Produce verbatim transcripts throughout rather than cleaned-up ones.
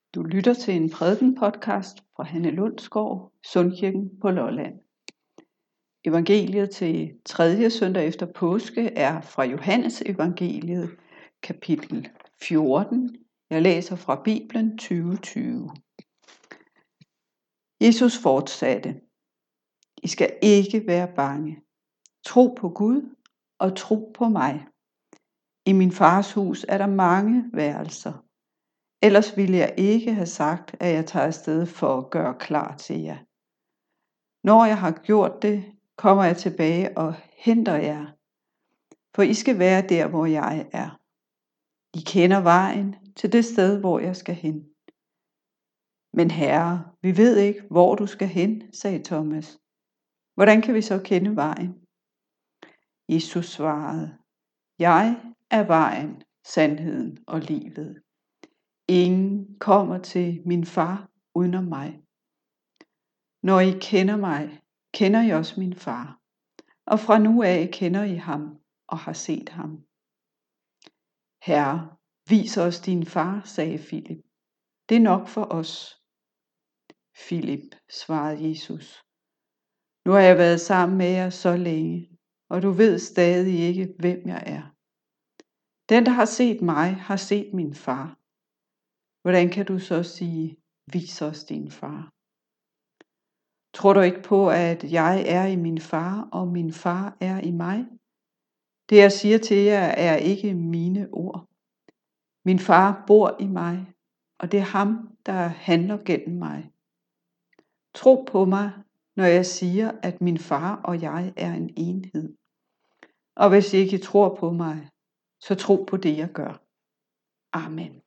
Du lytter til en prædiken-podcast fra Hanne Lundsgaard, Sundkirken på Lolland. Evangeliet til tredje søndag efter påske er fra Johannes evangeliet, kapitel fjorten. Jeg læser fra Bibelen tyve tyve. Jesus fortsatte: I skal ikke være bange. Tro på Gud og tro på mig. I min fars hus er der mange værelser. Ellers ville jeg ikke have sagt, at jeg tager afsted for at gøre klar til jer. Når jeg har gjort det, kommer jeg tilbage og henter jer, for I skal være der, hvor jeg er. I kender vejen til det sted, hvor jeg skal hen. Men Herre, vi ved ikke, hvor du skal hen, sagde Thomas. Hvordan kan vi så kende vejen? Jesus svarede: Jeg er vejen, sandheden og livet. Ingen kommer til min far uden om mig. Når I kender mig, kender I også min far. Og fra nu af kender I ham og har set ham. Herre, vis os din far, sagde Filip. Det er nok for os. Filip, svarede Jesus. Nu har jeg været sammen med jer så længe, og du ved stadig ikke, hvem jeg er. Den, der har set mig, har set min far. Hvordan kan du så sige, vis os din far? Tror du ikke på, at jeg er i min far, og min far er i mig? Det jeg siger til jer er ikke mine ord. Min far bor i mig, og det er ham, der handler gennem mig. Tro på mig, når jeg siger, at min far og jeg er en enhed. Og hvis I ikke tror på mig, så tro på det, jeg gør. Amen.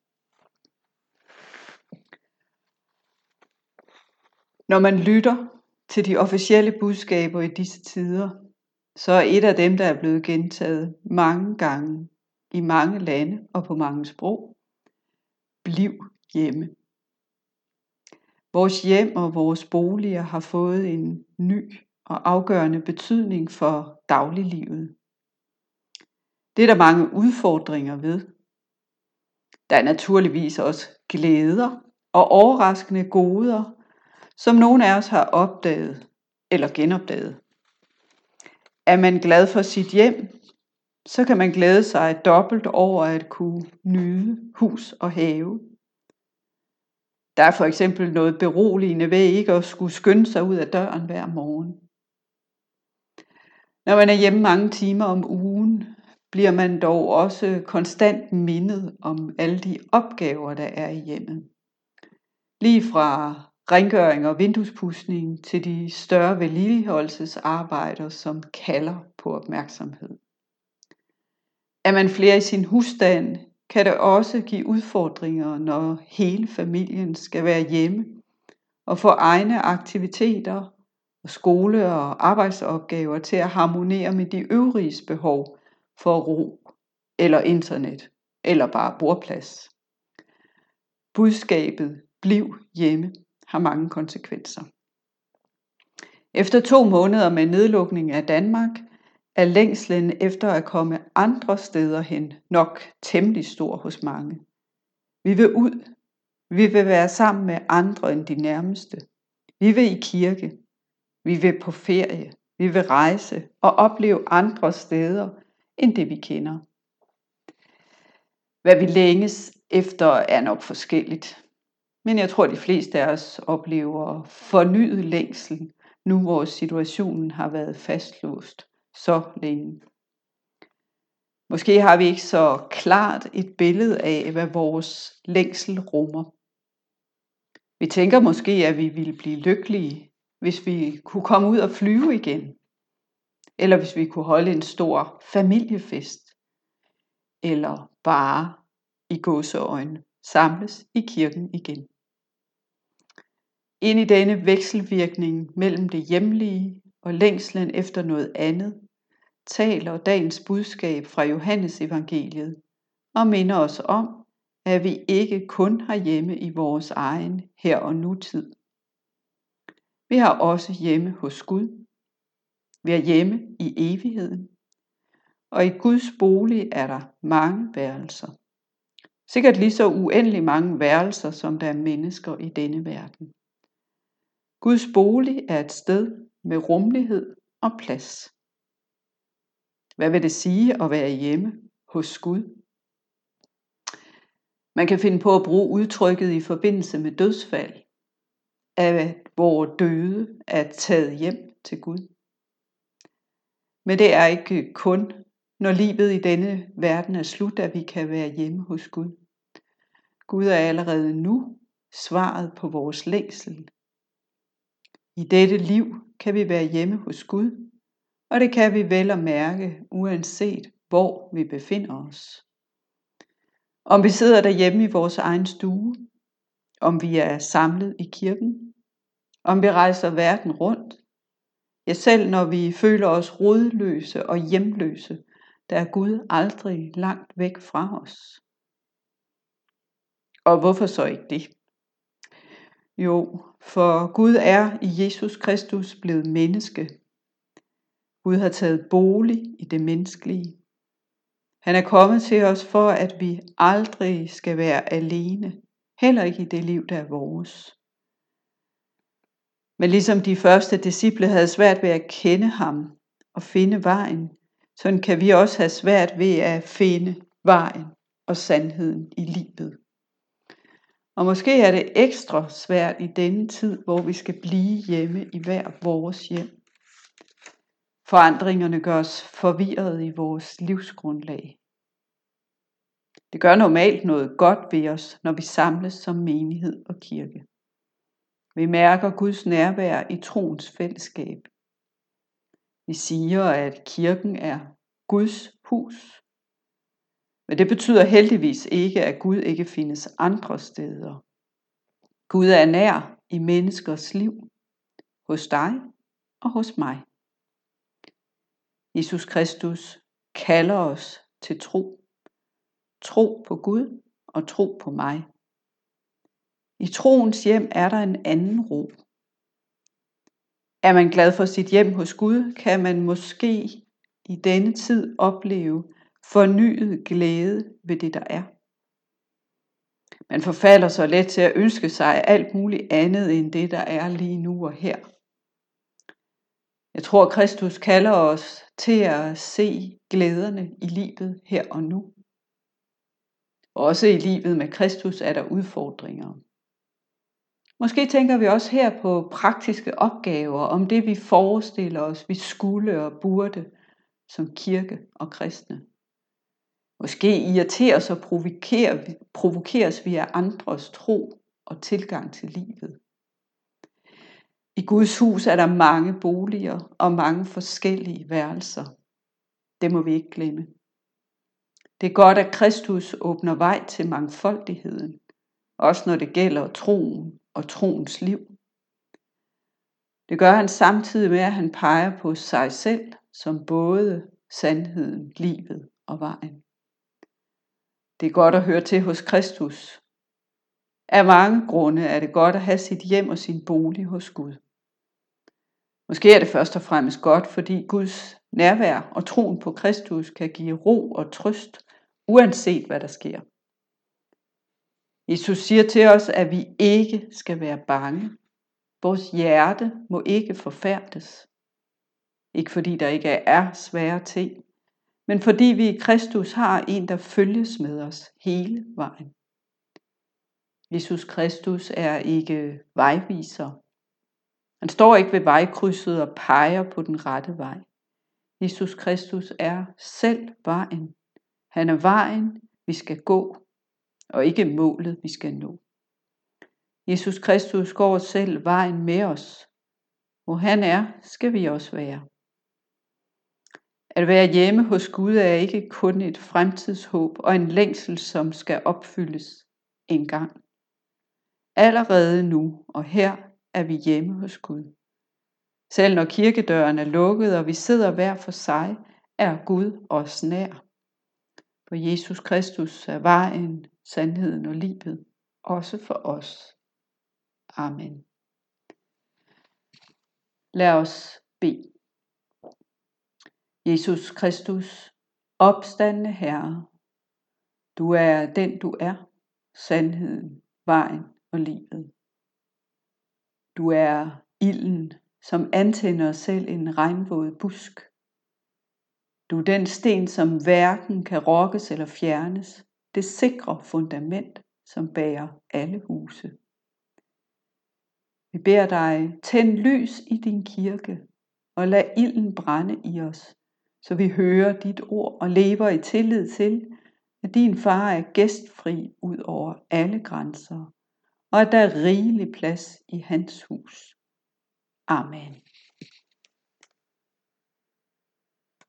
Når man lytter til de officielle budskaber i disse tider, så er et af dem, der er blevet gentaget mange gange i mange lande og på mange sprog: bliv hjemme. Vores hjem og vores boliger har fået en ny og afgørende betydning for dagliglivet. Det er der mange udfordringer ved. Der er naturligvis også glæder og overraskende goder, som nogle af os har opdaget eller genopdaget. Er man glad for sit hjem, så kan man glæde sig dobbelt over at kunne nyde hus og have. Der er for eksempel noget beroligende ved ikke at skulle skynde sig ud af døren hver morgen. Når man er hjemme mange timer om ugen, bliver man dog også konstant mindet om alle de opgaver, der er i hjemmet. Lige fra rengøring og vinduespudsning til de større vedligeholdelsesarbejder, som kalder på opmærksomhed. Er man flere i sin husstand, kan det også give udfordringer, når hele familien skal være hjemme og få egne aktiviteter og skole- og arbejdsopgaver til at harmonere med de øvriges behov for ro eller internet eller bare bordplads. Budskabet bliv hjemme har mange konsekvenser. Efter to måneder med nedlukning af Danmark, er længslen efter at komme andre steder hen nok temmelig stor hos mange. Vi vil ud. Vi vil være sammen med andre end de nærmeste. Vi vil i kirke. Vi vil på ferie. Vi vil rejse og opleve andre steder end det vi kender. Hvad vi længes efter er nok forskelligt. Men jeg tror, de fleste af os oplever fornyet længsel, nu hvor situationen har været fastlåst så længe. Måske har vi ikke så klart et billede af, hvad vores længsel rummer. Vi tænker måske, at vi ville blive lykkelige, hvis vi kunne komme ud og flyve igen. Eller hvis vi kunne holde en stor familiefest. Eller bare i gåseøjne samles i kirken igen. Ind i denne vekselvirkning mellem det hjemlige og længslen efter noget andet, taler dagens budskab fra Johannes evangeliet og minder os om, at vi ikke kun har hjemme i vores egen her og nutid. Vi har også hjemme hos Gud. Vi er hjemme i evigheden. Og i Guds bolig er der mange værelser. Sikkert lige så uendelig mange værelser, som der er mennesker i denne verden. Guds bolig er et sted med rummelighed og plads. Hvad vil det sige at være hjemme hos Gud? Man kan finde på at bruge udtrykket i forbindelse med dødsfald, at hvor døde er taget hjem til Gud. Men det er ikke kun, når livet i denne verden er slut, at vi kan være hjemme hos Gud. Gud er allerede nu svaret på vores længsel. I dette liv kan vi være hjemme hos Gud, og det kan vi vel at mærke, uanset hvor vi befinder os. Om vi sidder derhjemme i vores egen stue, om vi er samlet i kirken, om vi rejser verden rundt, ja selv når vi føler os rodløse og hjemløse, der er Gud aldrig langt væk fra os. Og hvorfor så ikke det? Jo, for Gud er i Jesus Kristus blevet menneske. Gud har taget bolig i det menneskelige. Han er kommet til os for, at vi aldrig skal være alene, heller ikke i det liv, der er vores. Men ligesom de første disciple havde svært ved at kende ham og finde vejen, sådan kan vi også have svært ved at finde vejen og sandheden i livet. Og måske er det ekstra svært i denne tid, hvor vi skal blive hjemme i hver vores hjem. Forandringerne gør os forvirrede i vores livsgrundlag. Det gør normalt noget godt ved os, når vi samles som menighed og kirke. Vi mærker Guds nærvær i troens fællesskab. Vi siger, at kirken er Guds hus. Men det betyder heldigvis ikke, at Gud ikke findes andre steder. Gud er nær i menneskers liv, hos dig og hos mig. Jesus Kristus kalder os til tro. Tro på Gud og tro på mig. I troens hjem er der en anden ro. Er man glad for sit hjem hos Gud, kan man måske i denne tid opleve fornyet glæde ved det, der er. Man forfalder så let til at ønske sig alt muligt andet end det, der er lige nu og her. Jeg tror, Kristus kalder os til at se glæderne i livet her og nu. Også i livet med Kristus er der udfordringer. Måske tænker vi også her på praktiske opgaver, om det vi forestiller os, vi skulle og burde som kirke og kristne. Måske irriteres og provokeres vi af andres tro og tilgang til livet. I Guds hus er der mange boliger og mange forskellige værelser. Det må vi ikke glemme. Det er godt, at Kristus åbner vej til mangfoldigheden, også når det gælder troen og troens liv. Det gør han samtidig med, at han peger på sig selv som både sandheden, livet og vejen. Det er godt at høre til hos Kristus. Af mange grunde er det godt at have sit hjem og sin bolig hos Gud. Måske er det først og fremmest godt, fordi Guds nærvær og troen på Kristus kan give ro og trøst, uanset hvad der sker. Jesus siger til os, at vi ikke skal være bange. Vores hjerte må ikke forfærdes. Ikke fordi der ikke er svære ting, men fordi vi i Kristus har en, der følges med os hele vejen. Jesus Kristus er ikke vejviser. Han står ikke ved vejkrydset og peger på den rette vej. Jesus Kristus er selv vejen. Han er vejen, vi skal gå, og ikke målet, vi skal nå. Jesus Kristus går selv vejen med os. Hvor han er, skal vi også være. At være hjemme hos Gud er ikke kun et fremtidshåb og en længsel, som skal opfyldes en gang. Allerede nu og her er vi hjemme hos Gud. Selv når kirkedøren er lukket, og vi sidder hver for sig, er Gud os nær. For Jesus Kristus er vejen, sandheden og livet, også for os. Amen. Lad os bede. Jesus Kristus, opstandne Herre, Du er den du er, sandheden, vejen og livet. Du er ilden, som antænder selv en regnvåd busk. Du er den sten, som hverken kan rokkes eller fjernes, det sikre fundament, som bærer alle huse. Vi beder dig, tænd lys i din kirke, og lad ilden brænde i os, så vi hører dit ord og lever i tillid til, at din far er gæstfri ud over alle grænser, og at der er rigelig plads i hans hus. Amen.